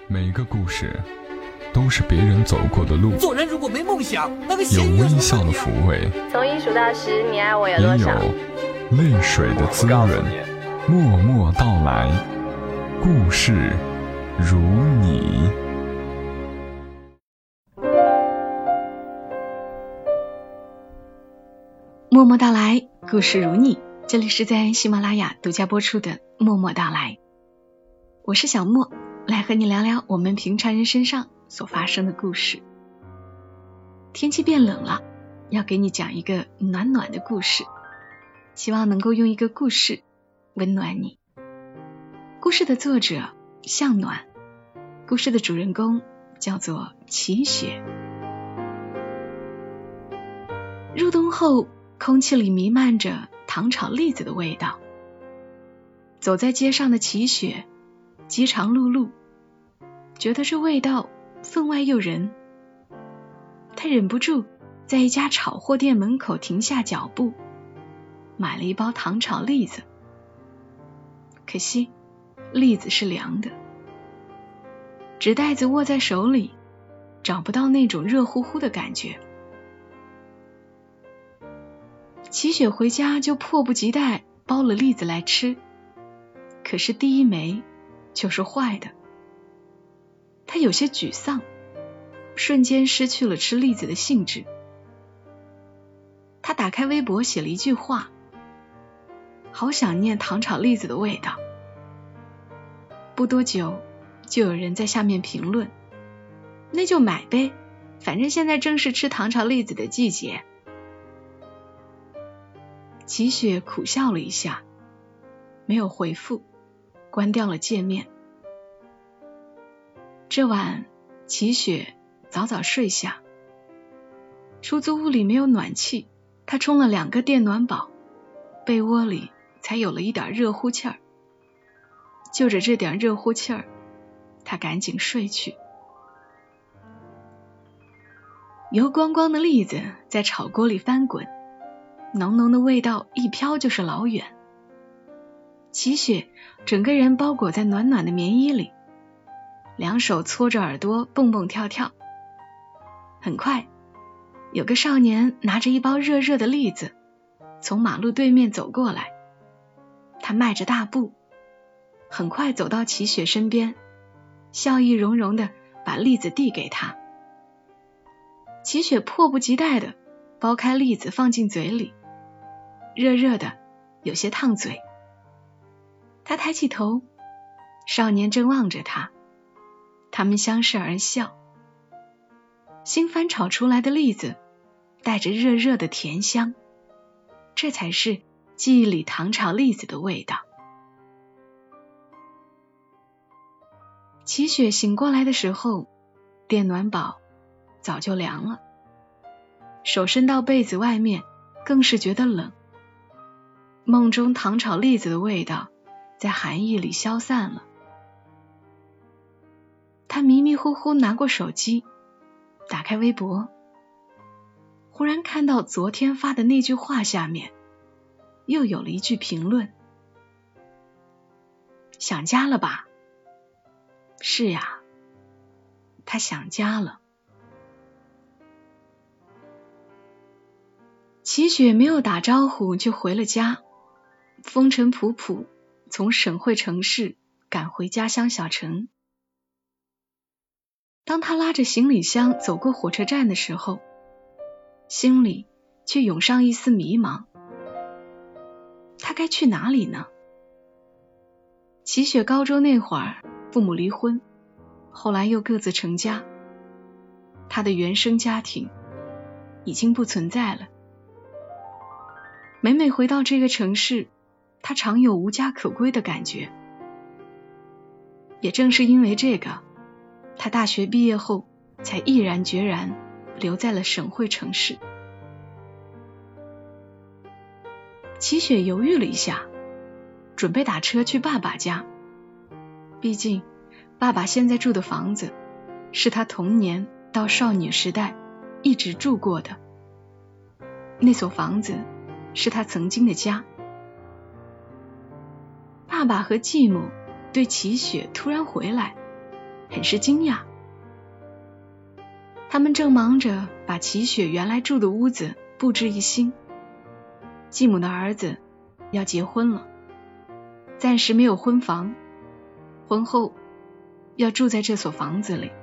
每个故事都是别人走过的路， 做人如果没梦想，那个有微笑的抚慰， 从1数到10，你爱我有多少？ 也有泪水的滋润。默默到来，故事如你。 默默到来，故事如你。这里是在喜马拉雅独家播出的默默到来，我是小默，来和你聊聊我们平常人身上所发生的故事。天气变冷了，要给你讲一个暖暖的故事，希望能够用一个故事温暖你。故事的作者向暖，故事的主人公叫做齐雪。入冬后，空气里弥漫着糖炒栗子的味道。走在街上的齐雪饥肠辘辘，觉得这味道分外诱人。他忍不住在一家炒货店门口停下脚步，买了一包糖炒栗子。可惜栗子是凉的，纸袋子握在手里，找不到那种热乎乎的感觉。齐雪回家就迫不及待剥了栗子来吃，可是第一枚就是坏的。她有些沮丧，瞬间失去了吃栗子的兴致。她打开微博写了一句话：好想念糖炒栗子的味道。不多久就有人在下面评论：那就买呗，反正现在正是吃糖炒栗子的季节。齐雪苦笑了一下，没有回复，关掉了界面。这晚齐雪早早睡下，出租屋里没有暖气，她充了2个电暖宝，被窝里才有了一点热乎气儿。就着这点热乎气儿，她赶紧睡去。油光光的栗子在炒锅里翻滚，浓浓的味道一飘就是老远。齐雪整个人包裹在暖暖的棉衣里，两手搓着耳朵蹦蹦跳跳。很快有个少年拿着一包热热的栗子从马路对面走过来，他迈着大步，很快走到齐雪身边，笑意融融地把栗子递给他。齐雪迫不及待地剥开栗子放进嘴里，热热的，有些烫嘴。他抬起头，少年正望着他，他们相视而笑。新翻炒出来的栗子带着热热的甜香，这才是记忆里糖炒栗子的味道。齐雪醒过来的时候，电暖宝早就凉了，手伸到被子外面更是觉得冷。梦中糖炒栗子的味道在寒意里消散了。他迷迷糊糊拿过手机，打开微博，忽然看到昨天发的那句话下面又有了一句评论：想家了吧？是呀，他想家了。齐雪没有打招呼就回了家，风尘仆仆从省会城市赶回家乡小城。当他拉着行李箱走过火车站的时候，心里却涌上一丝迷茫。他该去哪里呢？齐雪高中那会儿，父母离婚，后来又各自成家，他的原生家庭已经不存在了。每每回到这个城市，他常有无家可归的感觉。也正是因为这个，他大学毕业后才毅然决然留在了省会城市。齐雪犹豫了一下，准备打车去爸爸家。毕竟爸爸现在住的房子是他童年到少女时代一直住过的，那所房子是他曾经的家。爸爸和继母对齐雪突然回来很是惊讶。他们正忙着把齐雪原来住的屋子布置一新，继母的儿子要结婚了，暂时没有婚房，婚后要住在这所房子里。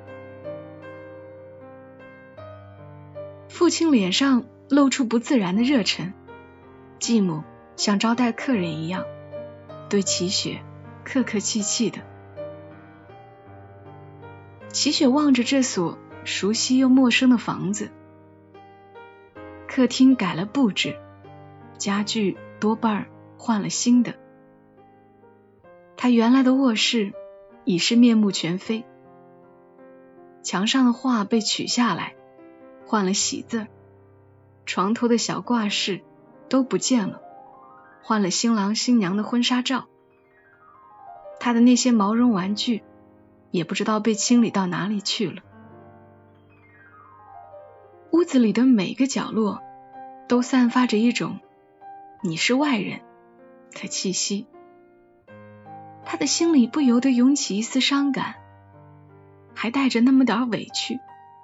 父亲脸上露出不自然的热忱，继母像招待客人一样，对齐雪客客气气的。齐雪望着这所熟悉又陌生的房子，客厅改了布置，家具多半换了新的。他原来的卧室已是面目全非，墙上的画被取下来，换了喜字，床头的小挂饰都不见了，换了新郎新娘的婚纱照。他的那些毛绒玩具也不知道被清理到哪里去了。屋子里的每个角落都散发着一种你是外人的气息。他的心里不由得涌起一丝伤感，还带着那么点委屈。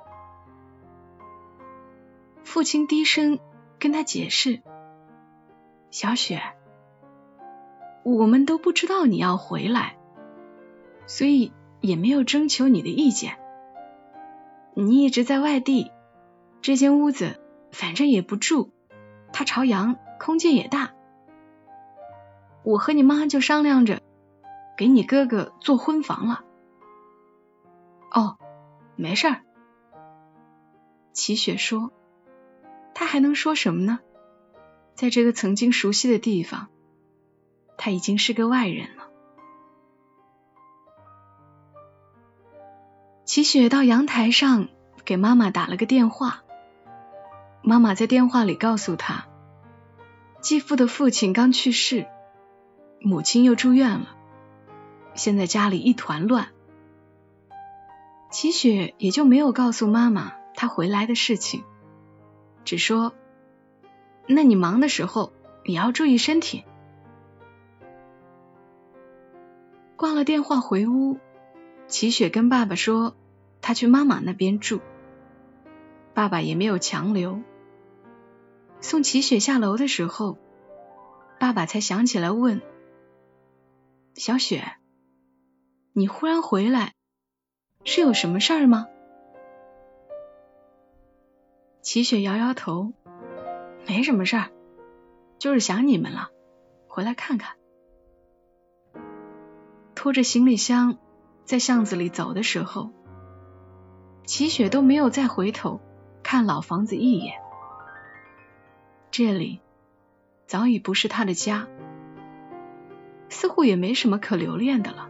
父亲低声跟他解释，小雪，我们都不知道你要回来，所以也没有征求你的意见。你一直在外地，这间屋子反正也不住，它朝阳，空间也大。我和你妈就商量着给你哥哥做婚房了。哦，没事儿。齐雪说，他还能说什么呢？在这个曾经熟悉的地方，他已经是个外人了。齐雪到阳台上给妈妈打了个电话，妈妈在电话里告诉他，继父的父亲刚去世，母亲又住院了，现在家里一团乱。齐雪也就没有告诉妈妈她回来的事情，只说，那你忙的时候也要注意身体。挂了电话回屋，齐雪跟爸爸说她去妈妈那边住，爸爸也没有强留。送齐雪下楼的时候，爸爸才想起来问，小雪，你忽然回来是有什么事儿吗？齐雪摇摇头，没什么事儿，就是想你们了，回来看看。拖着行李箱在巷子里走的时候，齐雪都没有再回头看老房子一眼。这里早已不是她的家，似乎也没什么可留恋的了。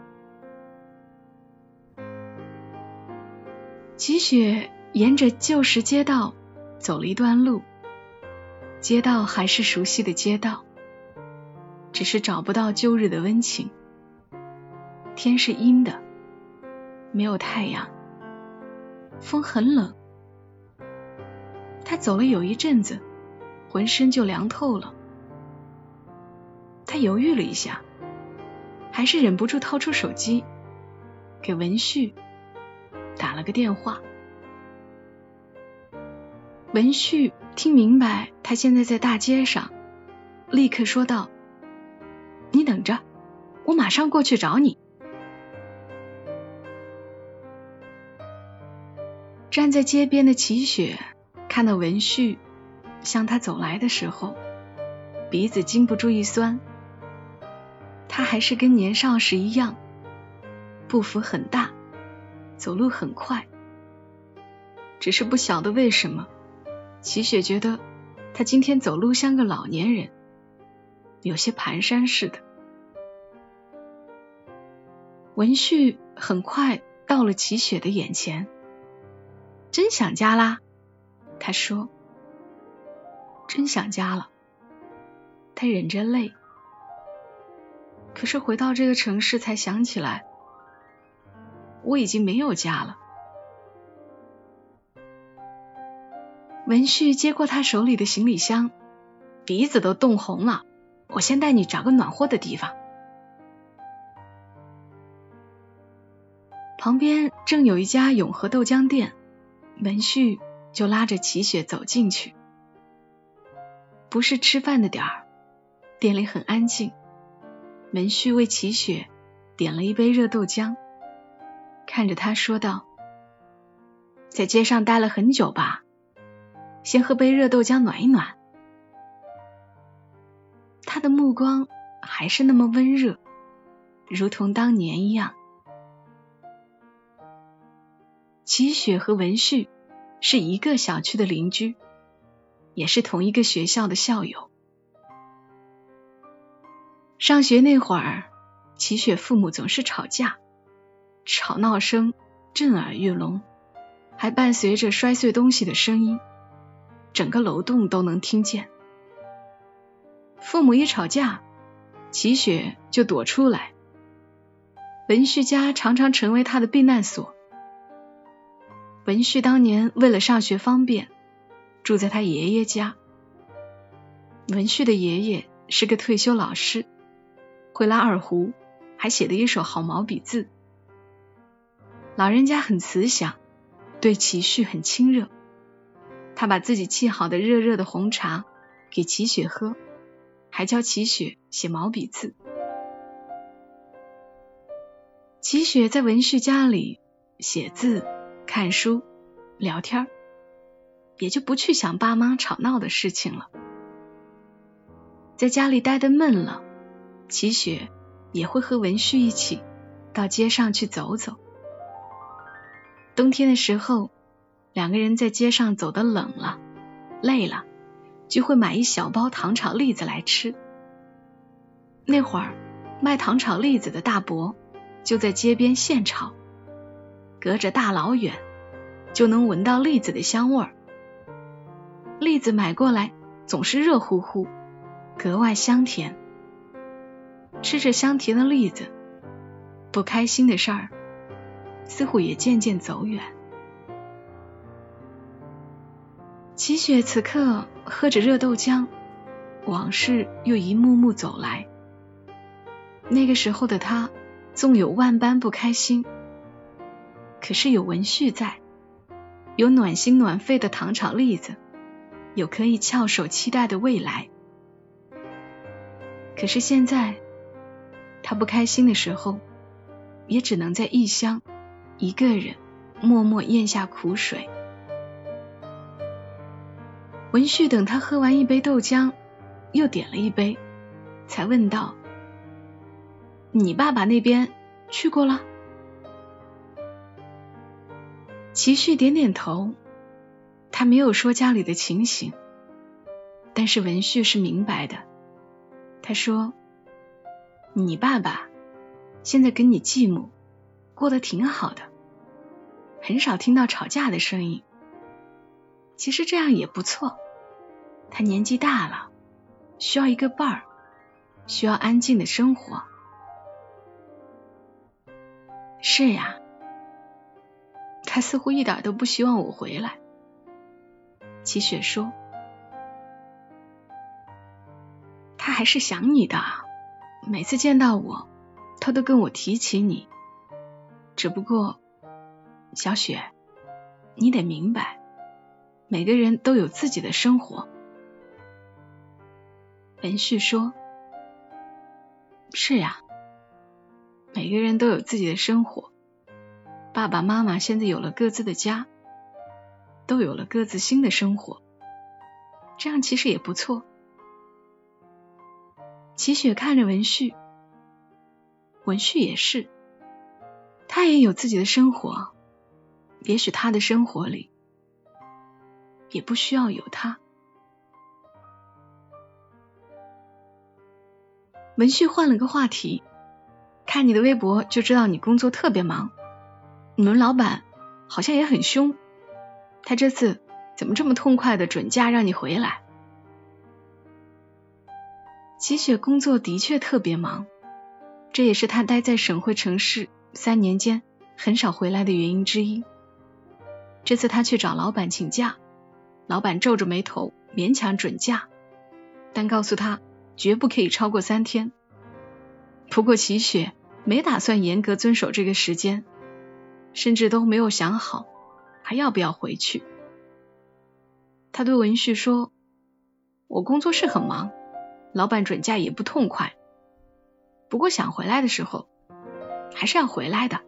齐雪沿着旧时街道走了一段路，街道还是熟悉的街道，只是找不到旧日的温情。天是阴的，没有太阳，风很冷。他走了有一阵子，浑身就凉透了。他犹豫了一下，还是忍不住掏出手机，给文旭打了个电话。文旭听明白他现在在大街上，立刻说道，你等着，我马上过去找你。站在街边的齐雪看到文旭向他走来的时候，鼻子禁不住一酸。他还是跟年少时一样，步幅很大，走路很快。只是不晓得为什么，齐雪觉得他今天走路像个老年人，有些蹒跚似的。文旭很快到了齐雪的眼前，真想家啦，他说。真想家了。他忍着泪，可是回到这个城市才想起来，我已经没有家了。文旭接过他手里的行李箱，鼻子都冻红了，我先带你找个暖和的地方。 旁边正有一家永和豆浆店，文旭就拉着齐雪走进去。不是吃饭的点儿，店里很安静。文旭为齐雪点了一杯热豆浆，看着他说道：在街上待了很久吧，先喝杯热豆浆暖一暖。他的目光还是那么温热，如同当年一样。齐雪和文旭是一个小区的邻居，也是同一个学校的校友。上学那会儿，齐雪父母总是吵架，吵闹声震耳欲聋，还伴随着摔碎东西的声音，整个楼栋都能听见。父母一吵架，齐雪就躲出来，文旭家常常成为他的避难所。文旭当年为了上学方便，住在他爷爷家。文旭的爷爷是个退休老师，会拉二胡，还写了一手好毛笔字。老人家很慈祥，对齐旭很亲热。他把自己沏好的热热的红茶给齐雪喝，还教齐雪写毛笔字。齐雪在文旭家里写字、看书、聊天，也就不去想爸妈吵闹的事情了。在家里待得闷了，齐雪也会和文旭一起到街上去走走。冬天的时候，两个人在街上走得冷了、累了，就会买一小包糖炒栗子来吃。那会儿卖糖炒栗子的大伯就在街边现炒，隔着大老远就能闻到栗子的香味儿。栗子买过来总是热乎乎，格外香甜。吃着香甜的栗子，不开心的事儿似乎也渐渐走远。齐雪此刻喝着热豆浆，往事又一幕幕走来。那个时候的他纵有万般不开心，可是有文旭在，有暖心暖肺的糖炒栗子，有可以翘首期待的未来。可是现在他不开心的时候，也只能在异乡一个人默默咽下苦水。文旭等他喝完一杯豆浆，又点了一杯，才问道：你爸爸那边去过了？齐旭点点头，他没有说家里的情形，但是文旭是明白的。他说：你爸爸现在跟你继母过得挺好的，很少听到吵架的声音。其实这样也不错，他年纪大了，需要一个伴儿，需要安静的生活。是呀，他似乎一点都不希望我回来。齐雪说，他还是想你的，每次见到我，他都跟我提起你。只不过，小雪，你得明白，每个人都有自己的生活。文旭说，是呀，每个人都有自己的生活，爸爸妈妈现在有了各自的家，都有了各自新的生活，这样其实也不错。齐雪看着文旭，文旭也是，他也有自己的生活，也许他的生活里也不需要有他。文旭换了个话题，看你的微博就知道你工作特别忙，你们老板好像也很凶，他这次怎么这么痛快的准假让你回来？齐雪工作的确特别忙，这也是他待在省会城市3年间很少回来的原因之一。这次他去找老板请假，老板皱着眉头勉强准假，但告诉他绝不可以超过3天。不过齐雪没打算严格遵守这个时间， 甚至都没有想好还要不要回去。他对文旭说，我工作是很忙，老板准假也不痛快，不过想回来的时候还是要回来的。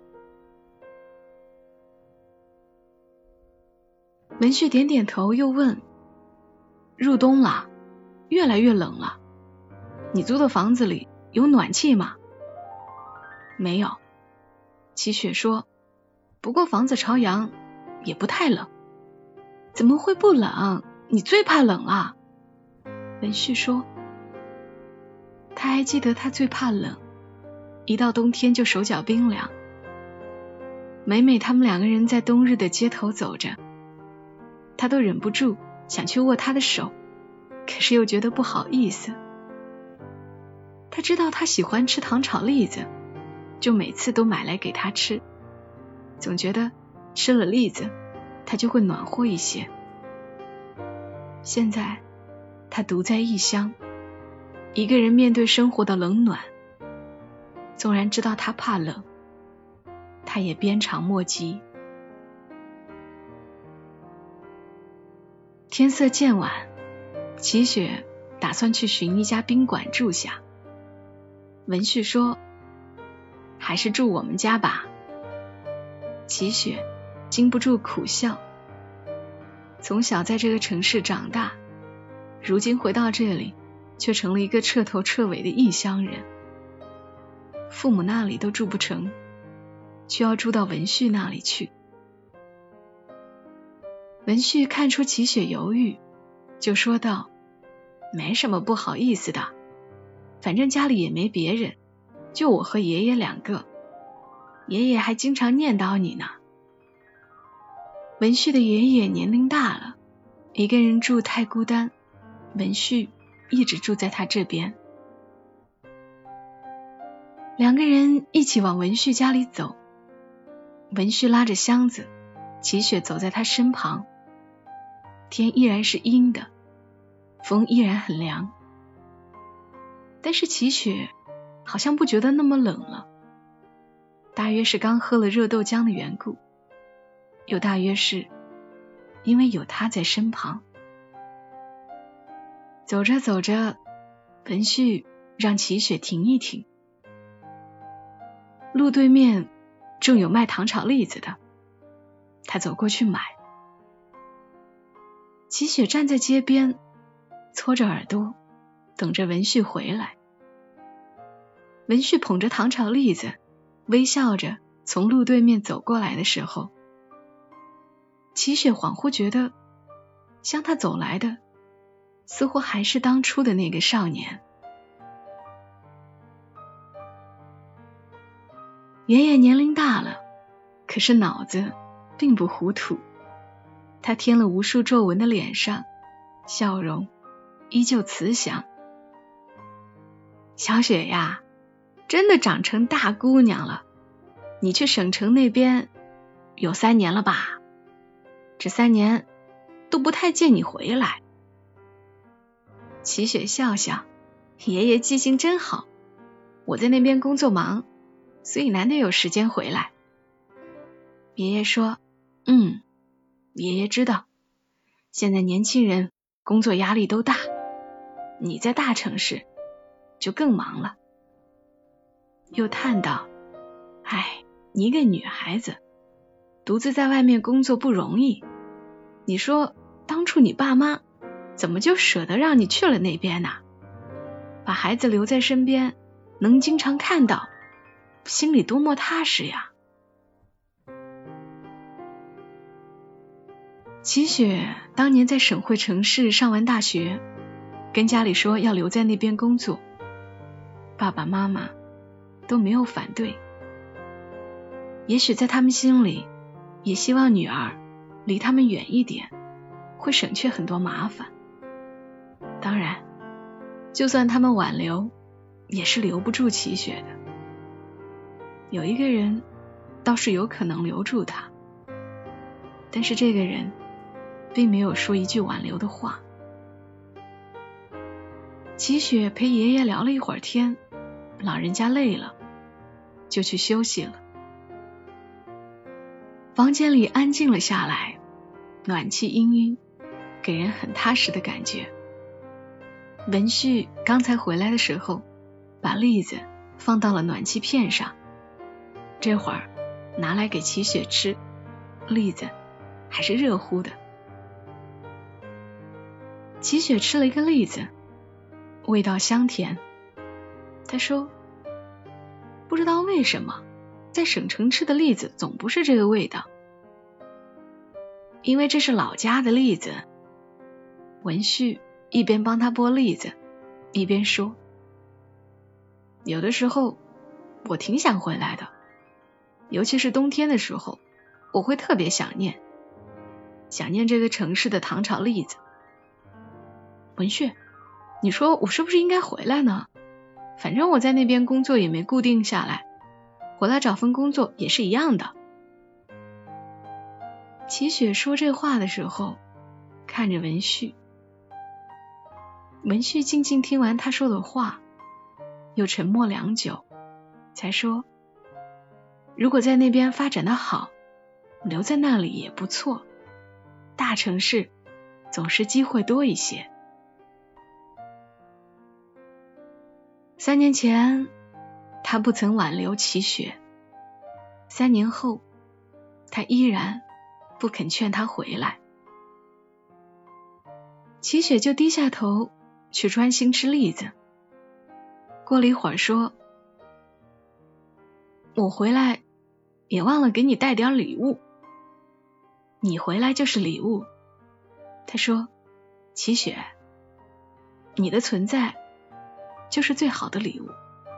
文旭点点头，又问，入冬了，越来越冷了，你租的房子里有暖气吗？没有。齐雪说，不过房子朝阳也不太冷。怎么会不冷？你最怕冷了。文旭说，他还记得他最怕冷，一到冬天就手脚冰凉。每每他们两个人在冬日的街头走着，他都忍不住想去握他的手，可是又觉得不好意思。他知道他喜欢吃糖炒栗子，就每次都买来给他吃，总觉得吃了栗子他就会暖和一些。现在他独在异乡，一个人面对生活的冷暖，纵然知道他怕冷，他也鞭长莫及。天色渐晚，齐雪打算去寻一家宾馆住下。文旭说，还是住我们家吧。齐雪禁不住苦笑，从小在这个城市长大，如今回到这里却成了一个彻头彻尾的异乡人。父母那里都住不成，却要住到文旭那里去。文旭看出齐雪犹豫，就说道，没什么不好意思的，反正家里也没别人，就我和爷爷两个，爷爷还经常念叨你呢。文旭的爷爷年龄大了，一个人住太孤单，文旭一直住在他这边。两个人一起往文旭家里走，文旭拉着箱子，齐雪走在他身旁。天依然是阴的，风依然很凉，但是齐雪好像不觉得那么冷了，大约是刚喝了热豆浆的缘故，又大约是因为有他在身旁。走着走着，文旭让齐雪停一停。路对面正有卖糖炒栗子的，他走过去买。齐雪站在街边，搓着耳朵，等着文旭回来。文旭捧着糖炒栗子，微笑着从路对面走过来的时候，齐雪恍惚觉得，向他走来的，似乎还是当初的那个少年。爷爷年龄大了，可是脑子并不糊涂。他添了无数皱纹的脸上，笑容依旧慈祥。小雪呀，真的长成大姑娘了。你去省城那边有3年了吧？这3年都不太见你回来。齐雪笑笑，爷爷记性真好，我在那边工作忙，所以难得有时间回来。爷爷说，爷爷知道，现在年轻人工作压力都大，你在大城市就更忙了。又叹道，你一个女孩子，独自在外面工作不容易，你说当初你爸妈怎么就舍得让你去了那边呢？把孩子留在身边，能经常看到，心里多么踏实呀。齐雪当年在省会城市上完大学，跟家里说要留在那边工作，爸爸妈妈都没有反对。也许在他们心里，也希望女儿离他们远一点，会省却很多麻烦。当然，就算他们挽留，也是留不住齐雪的。有一个人倒是有可能留住她，但是这个人并没有说一句挽留的话。齐雪陪爷爷聊了一会儿天，老人家累了，就去休息了。 房间里安静了下来，暖气氤氲，给人很踏实的感觉。文旭刚才回来的时候，把栗子放到了暖气片上，这会儿拿来给齐雪吃，栗子还是热乎的。齐雪吃了一个栗子，味道香甜。她说，不知道为什么在省城吃的栗子总不是这个味道。因为这是老家的栗子。文旭一边帮他剥栗子，一边说，有的时候我挺想回来的，尤其是冬天的时候，我会特别想念这个城市的糖炒栗子。文旭，你说我是不是应该回来呢？反正我在那边工作也没固定下来，回来找份工作也是一样的。齐雪说这话的时候，看着文旭。文旭静静听完他说的话，又沉默良久，才说，如果在那边发展得好，留在那里也不错，大城市总是机会多一些。3年前，他不曾挽留齐雪，3年后，他依然不肯劝他回来。齐雪就低下头去专心吃栗子。过了一会儿说，我回来也忘了给你带点礼物，你回来就是礼物。他说，齐雪，你的存在就是最好的礼物。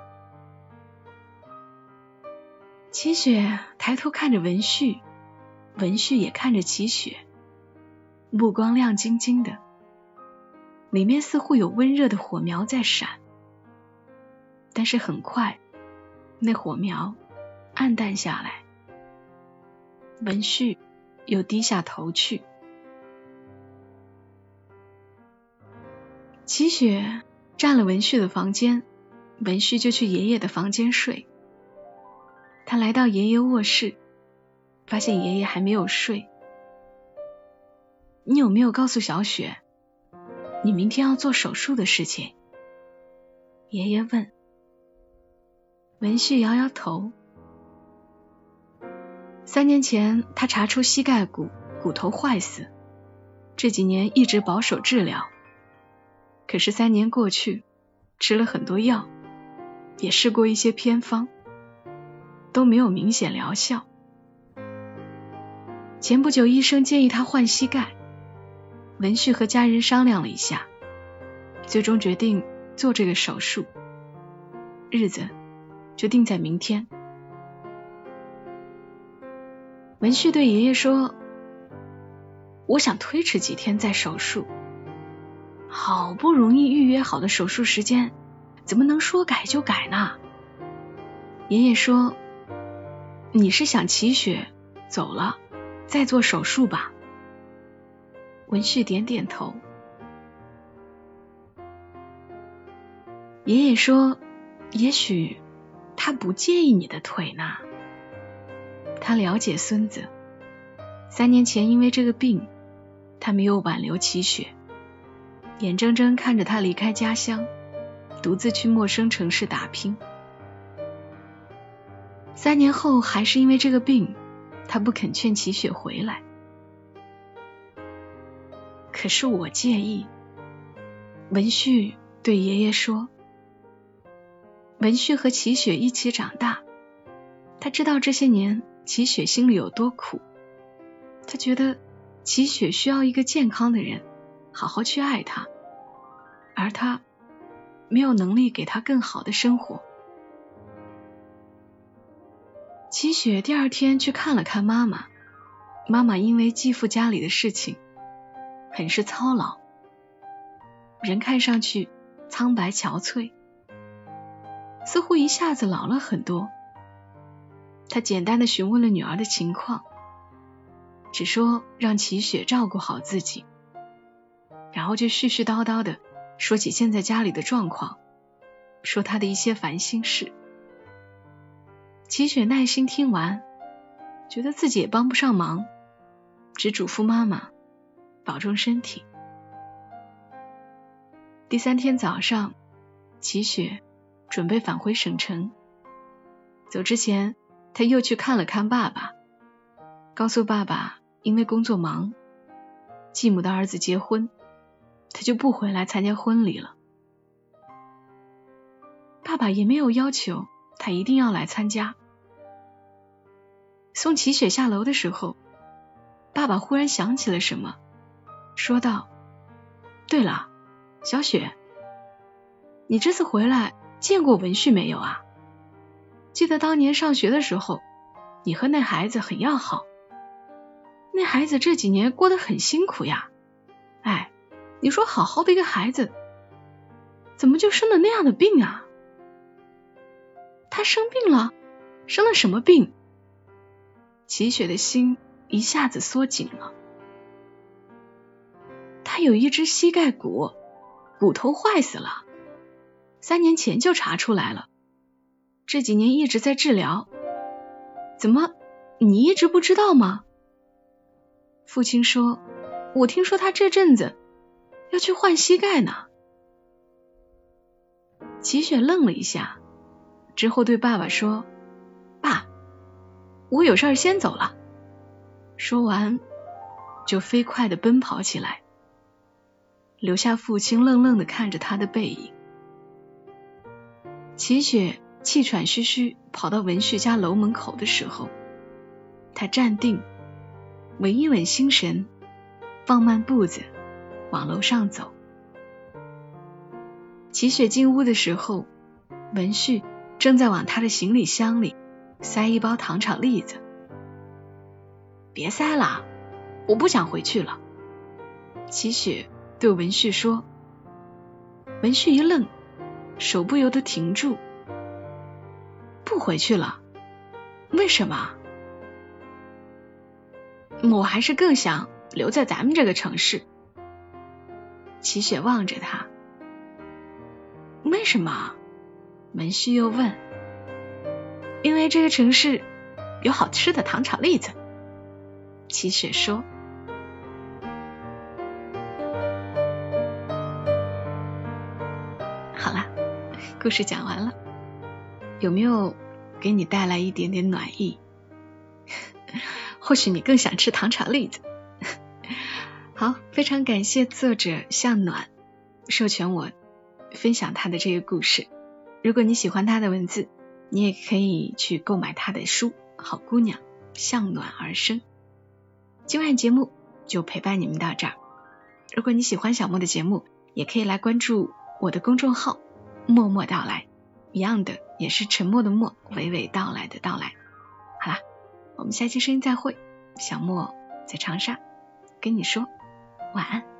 齐雪抬头看着文旭，文旭也看着齐雪，目光亮晶晶的，里面似乎有温热的火苗在闪。但是很快，那火苗暗淡下来，文旭又低下头去。齐雪占了文旭的房间，文旭就去爷爷的房间睡。他来到爷爷卧室，发现爷爷还没有睡。你有没有告诉小雪你明天要做手术的事情？爷爷问。文旭摇摇头。3年前他查出膝盖骨头坏死，这几年一直保守治疗。可是3年过去，吃了很多药，也试过一些偏方，都没有明显疗效。前不久医生建议他换膝盖，文旭和家人商量了一下，最终决定做这个手术，日子就定在明天。文旭对爷爷说，我想推迟几天再手术，好不容易预约好的手术时间，怎么能说改就改呢？爷爷说，你是想齐雪走了再做手术吧？文旭点点头。爷爷说，也许他不介意你的腿呢。他了解孙子，3年前因为这个病，他没有挽留齐雪，眼睁睁看着他离开家乡，独自去陌生城市打拼。3年后还是因为这个病，他不肯劝齐雪回来。可是我介意。文旭对爷爷说。文旭和齐雪一起长大，他知道这些年齐雪心里有多苦，他觉得齐雪需要一个健康的人好好去爱她，而他没有能力给她更好的生活。齐雪第2天去看了看妈妈，妈妈因为继父家里的事情很是操劳，人看上去苍白憔悴，似乎一下子老了很多。他简单的询问了女儿的情况，只说让齐雪照顾好自己，然后就絮絮叨叨的说起现在家里的状况，说他的一些烦心事。齐雪耐心听完， 觉得自己也帮不上忙，只嘱咐妈妈保重身体。第3天早上，齐雪准备返回省城。走之前，他又去看了看爸爸，告诉爸爸因为工作忙，继母的儿子结婚，他就不回来参加婚礼了。爸爸也没有要求他一定要来参加。送齐雪下楼的时候，爸爸忽然想起了什么，说道：对了，小雪，你这次回来见过文旭没有啊？记得当年上学的时候，你和那孩子很要好，那孩子这几年过得很辛苦呀。哎，你说好好的一个孩子，怎么就生了那样的病啊？他生病了？生了什么病？齐雪的心一下子缩紧了。他有一只膝盖骨头坏死了，3年前就查出来了，这几年一直在治疗。怎么，你一直不知道吗？父亲说，我听说他这阵子要去换膝盖呢。齐雪愣了一下，之后对爸爸说：爸，我有事儿先走了。说完就飞快地奔跑起来，留下父亲愣愣地看着他的背影。齐雪气喘吁吁跑到文旭家楼门口的时候，他站定，稳一稳心神，放慢步子往楼上走。齐雪进屋的时候，文旭正在往他的行李箱里塞一包糖炒栗子。别塞了，我不想回去了。齐雪对文旭说。文旭一愣，手不由得停住。不回去了？为什么？我还是更想留在咱们这个城市。齐雪望着他。为什么？文旭又问。因为这个城市有好吃的糖炒栗子。齐雪说。好了，故事讲完了，有没有给你带来一点点暖意？或许你更想吃糖炒栗子。好，非常感谢作者向暖授权我分享他的这个故事。如果你喜欢他的文字，你也可以去购买他的书《好姑娘向暖而生》。今晚节目就陪伴你们到这儿。如果你喜欢小莫的节目，也可以来关注我的公众号默默到来，一样的也是沉默的默，娓娓道来的到来。好啦，我们下期声音再会。小莫在长沙跟你说晚安。